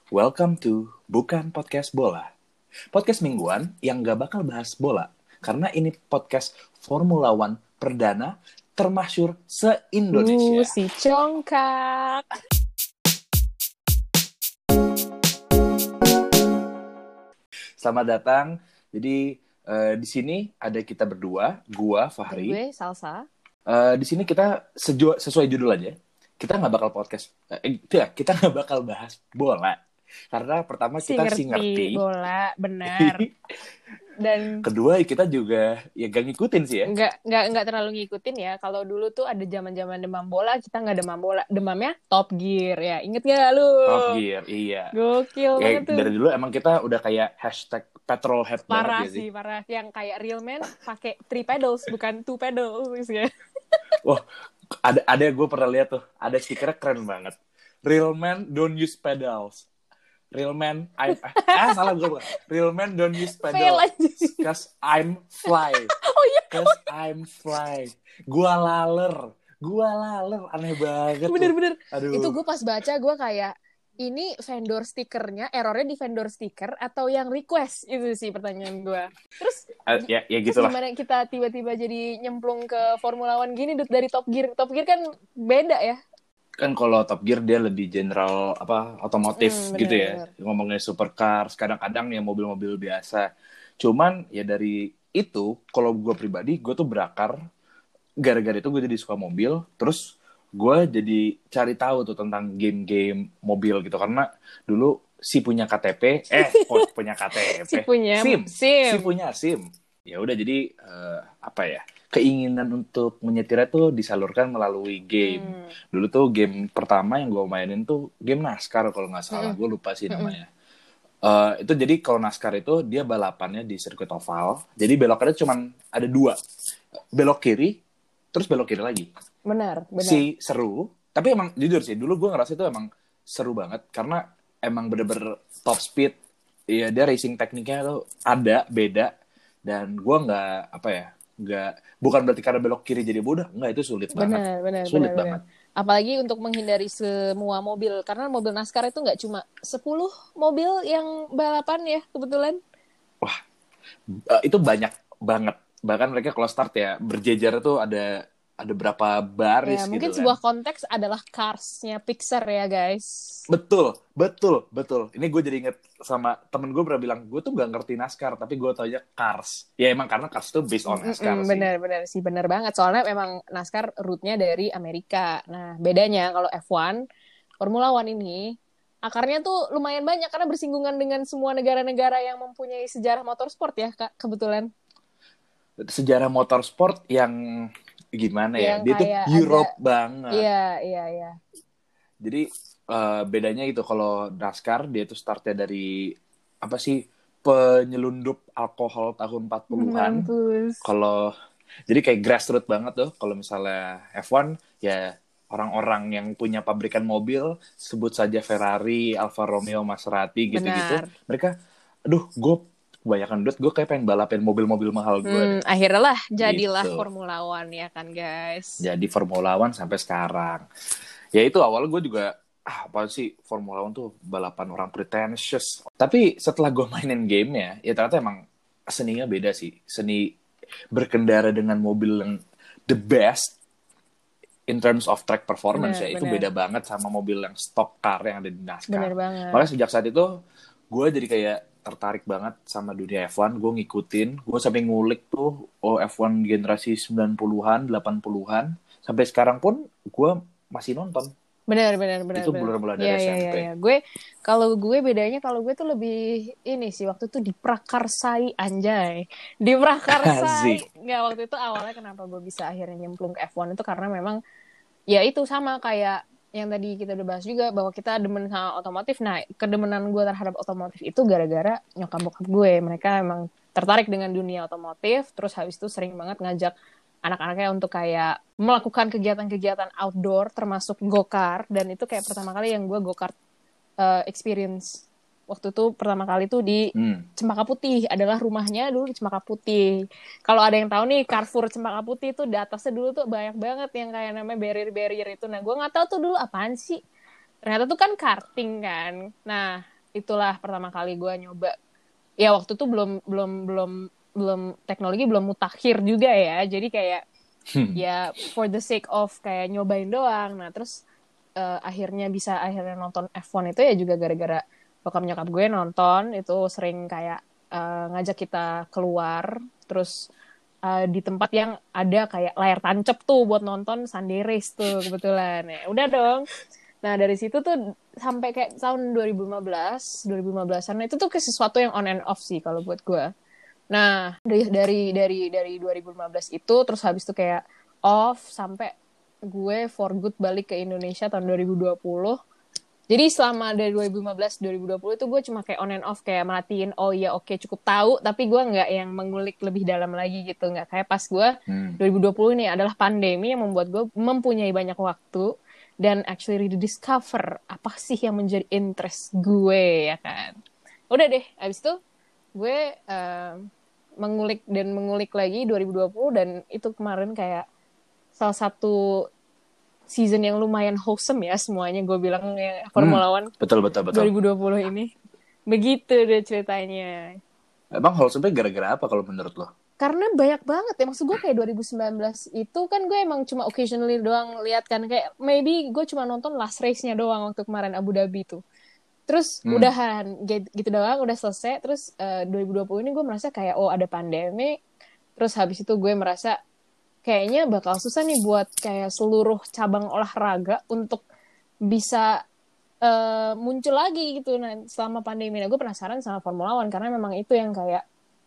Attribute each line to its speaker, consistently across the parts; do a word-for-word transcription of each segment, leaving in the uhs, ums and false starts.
Speaker 1: Welcome to Bukan Podcast Bola. Podcast mingguan yang gak bakal bahas bola. Karena ini podcast Formula One perdana termasyur se-Indonesia.
Speaker 2: Uh, si congkak.
Speaker 1: Selamat datang. Jadi uh, di sini ada kita berdua, gua Fahri.
Speaker 2: Dan gue Salsa.
Speaker 1: Uh, di sini kita seju- sesuai judul aja. Kita nggak bakal podcast, eh, ya kita nggak bakal bahas bola. Karena pertama
Speaker 2: Si
Speaker 1: kita
Speaker 2: ngerti,
Speaker 1: sih ngerti
Speaker 2: bola, benar. Dan
Speaker 1: kedua kita juga ya gak ngikutin sih ya.
Speaker 2: nggak nggak nggak terlalu ngikutin ya. Kalau dulu tuh ada zaman-zaman demam bola, kita nggak demam bola. Demamnya Top Gear ya. Inget nggak lu?
Speaker 1: Top Gear, iya.
Speaker 2: Gokil
Speaker 1: Ya,
Speaker 2: banget tuh.
Speaker 1: dari dulu emang kita udah kayak hashtag petrolhead
Speaker 2: Parah
Speaker 1: banget ya
Speaker 2: sih, parah. Yang kayak real man pakai three pedals bukan two pedals ya.
Speaker 1: Wah, ada ada gue pernah lihat tuh, ada stikernya keren banget. Real man don't use pedals. Real man I ah salah gue. Real man don't use
Speaker 2: Fail
Speaker 1: pedals.
Speaker 2: aja.
Speaker 1: Cause I'm fly.
Speaker 2: Oh iya.
Speaker 1: Cause I'm fly. Gua laler. Gua laler, aneh banget.
Speaker 2: Bener-bener.
Speaker 1: Aduh.
Speaker 2: Itu gue pas baca gue kayak ini vendor stikernya, errornya di vendor stiker atau yang request? Itu sih pertanyaan gue. Terus,
Speaker 1: uh, ya, ya
Speaker 2: terus
Speaker 1: gitulah.
Speaker 2: gimana kita tiba-tiba jadi nyemplung ke Formula One gini dari Top Gear? Top Gear kan beda ya?
Speaker 1: Kan kalau Top Gear dia lebih general apa otomotif
Speaker 2: Hmm, bener,
Speaker 1: gitu ya.
Speaker 2: bener.
Speaker 1: Ngomongnya supercars, kadang-kadang ya mobil-mobil biasa. Cuman ya dari itu, kalau gue pribadi, gue tuh berakar gara-gara itu gue jadi suka mobil. Terus gue jadi cari tahu tuh tentang game-game mobil gitu, karena dulu si punya K T P eh kok punya K T P
Speaker 2: Si punya
Speaker 1: SIM
Speaker 2: SIM.
Speaker 1: si punya SIM. Ya udah, jadi uh, apa ya, keinginan untuk menyetirnya tuh disalurkan melalui game.
Speaker 2: Hmm.
Speaker 1: Dulu tuh game pertama yang gue mainin tuh game NASCAR kalau nggak salah.
Speaker 2: Mm-mm.
Speaker 1: Gue lupa sih namanya. Uh, itu jadi kalau NASCAR itu dia balapannya di sirkuit oval. Jadi belokannya cuma ada dua, belok kiri terus belok kiri lagi.
Speaker 2: Benar, benar.
Speaker 1: Si seru, tapi emang jujur sih dulu gue ngerasa itu emang seru banget karena emang bener-bener top speed. Iya, dia racing tekniknya tuh ada beda, dan gue nggak apa ya, nggak, bukan berarti karena belok kiri jadi mudah, nggak, itu sulit banget.
Speaker 2: Benar, benar,
Speaker 1: Sulit
Speaker 2: benar,
Speaker 1: banget.
Speaker 2: benar. Apalagi untuk menghindari semua mobil, karena mobil NASCAR itu nggak cuma sepuluh mobil yang balapan ya kebetulan.
Speaker 1: Wah, uh, itu banyak banget. Bahkan mereka kalau start ya berjejer tuh ada ada berapa baris
Speaker 2: Ya,
Speaker 1: gitu
Speaker 2: mungkin
Speaker 1: kan.
Speaker 2: sebuah konteks adalah Cars-nya Pixar ya guys.
Speaker 1: Betul, betul, betul. Ini gue jadi inget sama temen gue pernah bilang, gue tuh gak ngerti NASCAR, tapi gue tau aja Cars. Ya emang karena Cars tuh based on NASCAR sih.
Speaker 2: Bener-bener sih, bener banget. Soalnya memang NASCAR route-nya dari Amerika. Nah, bedanya kalau F satu, Formula One ini, akarnya tuh lumayan banyak karena bersinggungan dengan semua negara-negara yang mempunyai sejarah motorsport ya, Kak, kebetulan.
Speaker 1: Sejarah motorsport yang gimana ya,
Speaker 2: Yang
Speaker 1: dia tuh
Speaker 2: kayak
Speaker 1: Europe
Speaker 2: ada-
Speaker 1: banget.
Speaker 2: Iya, iya, iya.
Speaker 1: Jadi uh, bedanya itu, kalau NASCAR dia tuh startnya dari apa sih, penyelundup alkohol tahun empat puluhan.
Speaker 2: Mampus.
Speaker 1: Kalau jadi kayak grassroots banget tuh. Kalau misalnya F satu ya orang-orang yang punya pabrikan mobil, sebut saja Ferrari, Alfa Romeo, Maserati gitu-gitu.
Speaker 2: Benar.
Speaker 1: Mereka, aduh, gue kebanyakan duit, gue kayak pengen balapin mobil-mobil mahal gue.
Speaker 2: Hmm, akhirnya lah jadilah
Speaker 1: Gitu.
Speaker 2: Formula One ya kan guys.
Speaker 1: Jadi Formula One sampai sekarang. Ya itu awalnya gue juga, ah apa sih Formula One tuh balapan orang pretentious. Tapi setelah gue mainin gamenya, ya ternyata emang seninya beda sih. Seni berkendara dengan mobil yang the best in terms of track performance,
Speaker 2: Bener,
Speaker 1: ya itu
Speaker 2: bener.
Speaker 1: beda banget sama mobil yang stock car yang ada di NASCAR.
Speaker 2: Bener banget.
Speaker 1: Makanya sejak saat itu gue jadi kayak tertarik banget sama dunia F satu. Gue ngikutin, gue sampai ngulik tuh oh F satu generasi sembilan puluhan, delapan puluhan, sampai sekarang pun gue masih nonton.
Speaker 2: Benar, benar, benar.
Speaker 1: Itu
Speaker 2: benar.
Speaker 1: mulai-mulai dari
Speaker 2: Ya,
Speaker 1: S
Speaker 2: ya,
Speaker 1: M P.
Speaker 2: ya, ya. Gue kalau gue bedanya kalau gue tuh lebih ini sih, waktu itu diprakarsai anjay. Diprakarsai.
Speaker 1: Asik.
Speaker 2: Nggak, waktu itu awalnya kenapa gue bisa akhirnya nyemplung ke F satu itu karena memang ya itu sama kayak yang tadi kita udah bahas juga, bahwa kita demen sama otomotif. Nah, kedemenan gue terhadap otomotif itu gara-gara nyokap bokap gue. Mereka emang tertarik dengan dunia otomotif, terus habis itu sering banget ngajak anak-anaknya untuk kayak melakukan kegiatan-kegiatan outdoor, termasuk go-kart. Dan itu kayak pertama kali yang gue go-kart uh, experience. Waktu itu pertama kali tuh di
Speaker 1: hmm.
Speaker 2: Cempaka Putih, adalah rumahnya dulu di Cempaka Putih. Kalau ada yang tahu nih, Carrefour Cempaka Putih tuh di atasnya dulu tuh banyak banget yang kayak namanya barrier-barrier itu. Nah, gue nggak tahu tuh dulu apaan sih. Ternyata tuh kan karting kan. Nah, itulah pertama kali gue nyoba. Ya waktu itu belum belum belum belum teknologi belum mutakhir juga ya. Jadi kayak
Speaker 1: Hmm.
Speaker 2: ya for the sake of kayak nyobain doang. Nah terus uh, akhirnya bisa akhirnya nonton F one itu ya juga gara-gara bokap nyokap gue nonton. Itu sering kayak uh, ngajak kita keluar. Terus uh, di tempat yang ada kayak layar tancap tuh buat nonton Sunday Race tuh kebetulan. Ya udah dong. Nah dari situ tuh sampai kayak tahun dua ribu lima belas, dua ribu lima belasan itu tuh kayak sesuatu yang on and off sih kalau buat gue. Nah dari dari dari dari dua ribu lima belas itu terus habis itu kayak off sampai gue for good balik ke Indonesia tahun dua ribu dua puluh. Jadi selama dari dua ribu lima belas dua ribu dua puluh itu gue cuma kayak on and off kayak merhatiin oh iya oke okay, cukup tahu tapi gue nggak yang mengulik lebih dalam lagi gitu, nggak kayak pas gue hmm. dua ribu dua puluh ini adalah pandemi yang membuat gue mempunyai banyak waktu dan actually rediscover apa sih yang menjadi interest gue ya kan. Udah deh, abis itu gue uh, mengulik dan mengulik lagi dua ribu dua puluh dan itu kemarin kayak salah satu season yang lumayan wholesome ya semuanya gue bilang ya Formula One.
Speaker 1: Hmm, betul betul betul.
Speaker 2: dua ribu dua puluh ini. Begitu deh ceritanya.
Speaker 1: Emang wholesome gara-gara apa kalau menurut lo?
Speaker 2: Karena banyak banget ya, maksud gue kayak dua ribu sembilan belas itu kan gue emang cuma occasionally doang lihat kan, kayak maybe gue cuma nonton last race-nya doang waktu kemarin Abu Dhabi tuh. Terus hmm. udahan gitu doang, udah selesai. Terus uh, dua ribu dua puluh ini gue merasa kayak oh ada pandemi. Terus habis itu gue merasa kayaknya bakal susah nih buat kayak seluruh cabang olahraga untuk bisa uh, muncul lagi gitu nah, selama pandemi. Nah gue penasaran sama Formula One karena memang itu yang kayak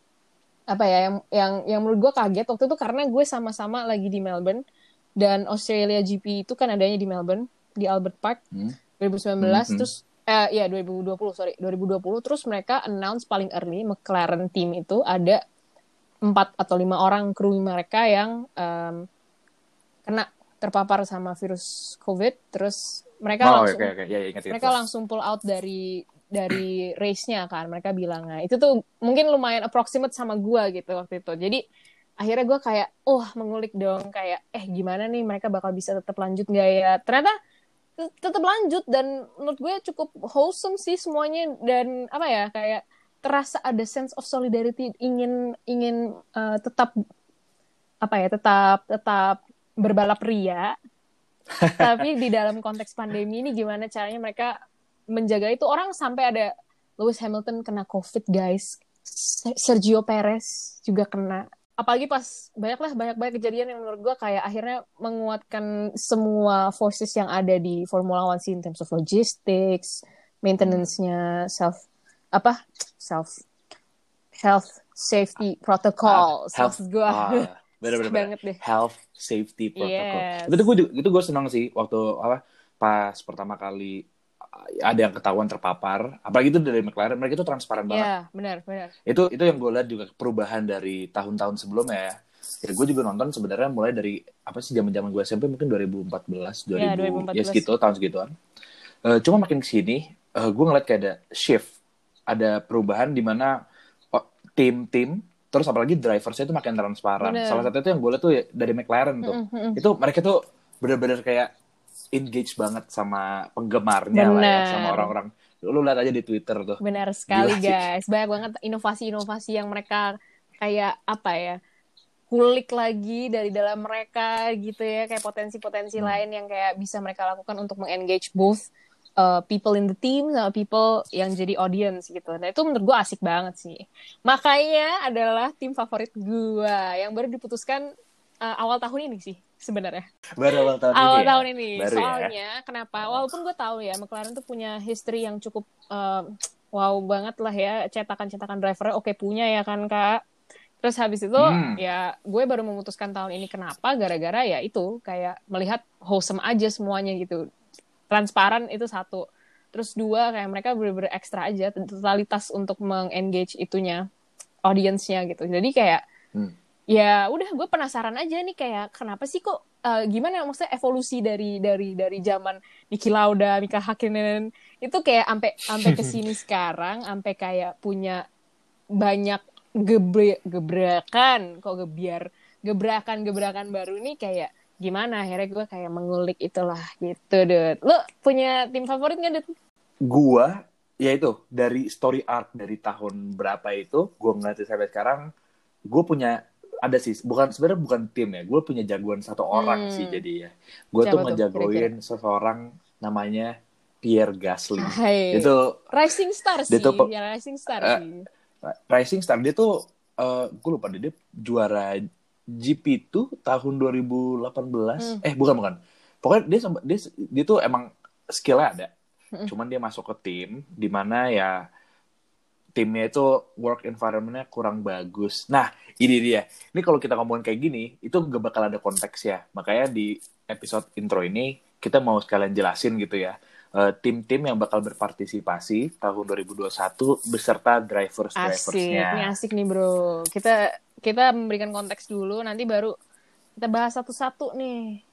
Speaker 2: apa ya yang yang yang menurut gue kaget waktu itu karena gue sama-sama lagi di Melbourne dan Australia G P itu kan adanya di Melbourne di Albert Park hmm. dua ribu sembilan belas hmm. terus eh ya dua ribu dua puluh sorry dua ribu dua puluh terus mereka announce paling early McLaren team itu ada empat atau lima orang kru mereka yang um, kena terpapar sama virus COVID terus mereka
Speaker 1: oh,
Speaker 2: langsung
Speaker 1: okay, okay. Ya, ingat
Speaker 2: mereka
Speaker 1: itu.
Speaker 2: langsung pull out dari dari race-nya kan mereka bilang. Nah itu tuh mungkin lumayan approximate sama gue gitu waktu itu. Jadi akhirnya gue kayak oh mengulik dong kayak eh gimana nih mereka bakal bisa tetap lanjut gak ya. Ternyata tetap lanjut dan menurut gue cukup wholesome sih semuanya dan apa ya kayak terasa ada sense of solidarity ingin ingin uh, tetap apa ya tetap tetap berbalap ria. Tapi di dalam konteks pandemi ini gimana caranya mereka menjaga itu. Orang sampai ada Lewis Hamilton kena COVID guys, Sergio Perez juga kena, apalagi pas banyak lah banyak-banyak kejadian yang menurut gue kayak akhirnya menguatkan semua forces yang ada di Formula One sih in terms of logistics, maintenance-nya, self apa self health safety protocols
Speaker 1: uh, health
Speaker 2: gue
Speaker 1: uh, bener-bener
Speaker 2: banget deh
Speaker 1: health safety protocol.
Speaker 2: Yes.
Speaker 1: Itu gue itu gue senang sih waktu apa pas pertama kali ada yang ketahuan terpapar, apalagi itu dari McLaren, mereka itu transparan banget.
Speaker 2: Iya, benar, benar.
Speaker 1: Itu itu yang gue lihat juga perubahan dari tahun-tahun sebelumnya ya. Ya gue juga nonton sebenarnya mulai dari apa sih zaman-zaman gue S M P mungkin dua ribu empat belas, dua ribu
Speaker 2: ya, dua ribu empat belas.
Speaker 1: Ya segitu tahun segituan. Uh, cuma makin kesini, uh, gue ngeliat kayak ada shift, ada perubahan di mana oh, tim-tim terus apalagi driversnya itu makin transparan. Bener. Salah satu itu yang gue lihat tuh ya, dari McLaren tuh, mm-hmm. itu mereka tuh benar-benar kayak engage banget sama penggemarnya lah ya, sama orang-orang. Lu lihat aja di Twitter tuh.
Speaker 2: Benar sekali guys, banyak banget inovasi-inovasi yang mereka kayak apa ya, kulik lagi dari dalam mereka gitu ya, kayak potensi-potensi hmm. lain yang kayak bisa mereka lakukan untuk meng-engage both uh, people in the team sama people yang jadi audience gitu. Nah itu menurut gue asik banget sih. Makanya adalah tim favorit gue yang baru diputuskan uh, awal tahun ini sih. Sebenarnya
Speaker 1: baru awal tahun
Speaker 2: awal
Speaker 1: ini
Speaker 2: tahun
Speaker 1: ya?
Speaker 2: ini
Speaker 1: Baru
Speaker 2: soalnya
Speaker 1: ya?
Speaker 2: Kenapa walaupun gue tahu ya McLaren tuh punya history yang cukup uh, wow banget lah ya, cetakan-cetakan drivernya oke punya ya kan kak. Terus habis itu hmm. ya gue baru memutuskan tahun ini kenapa gara-gara ya itu kayak melihat wholesome aja semuanya gitu, transparan itu satu, terus dua kayak mereka bener-bener ekstra aja totalitas untuk meng-engage itunya audience-nya gitu. Jadi kayak hmm. ya udah gue penasaran aja nih kayak kenapa sih kok uh, gimana maksudnya evolusi dari dari dari zaman Niki Lauda, Mika Hakkinen itu kayak sampai sampai ke sini sekarang sampai kayak punya banyak gebre, gebrakan kok gebiar gebrakan-gebrakan baru nih kayak gimana akhirnya gue kayak mengulik itulah gitu deh. Lo punya tim favorit nggak Dut?
Speaker 1: Gue ya itu dari story arc dari tahun berapa itu gue ngeliatin sampai sekarang, gue punya ada sih, bukan sebenarnya bukan tim ya, gue punya jagoan satu orang
Speaker 2: Hmm.
Speaker 1: sih jadi ya. Gue tuh
Speaker 2: Siapa tuh
Speaker 1: ngejagoin
Speaker 2: kira-kira?
Speaker 1: seseorang namanya Pierre Gasly.
Speaker 2: Hai.
Speaker 1: Itu
Speaker 2: Rising Star
Speaker 1: dia tuh
Speaker 2: sih,
Speaker 1: pe-
Speaker 2: ya Rising Star
Speaker 1: eh,
Speaker 2: sih.
Speaker 1: Rising Star, dia tuh eh gue lupa deh, dia juara G P tuh tahun dua ribu delapan belas.
Speaker 2: Hmm.
Speaker 1: Eh bukan bukan. Pokoknya dia sempat- dia dia tuh emang skillnya ada.
Speaker 2: Hmm.
Speaker 1: Cuman dia masuk ke tim di mana ya timnya itu work environment-nya kurang bagus. Nah, ini dia. Ini kalau kita ngomongin kayak gini, itu gak bakal ada konteks ya. Makanya di episode intro ini, kita mau sekalian jelasin gitu ya. Uh, tim-tim yang bakal berpartisipasi tahun dua ribu dua puluh satu beserta
Speaker 2: Asik,
Speaker 1: drivers-driversnya.
Speaker 2: ini asik nih bro. Kita kita memberikan konteks dulu, nanti baru kita bahas satu-satu nih.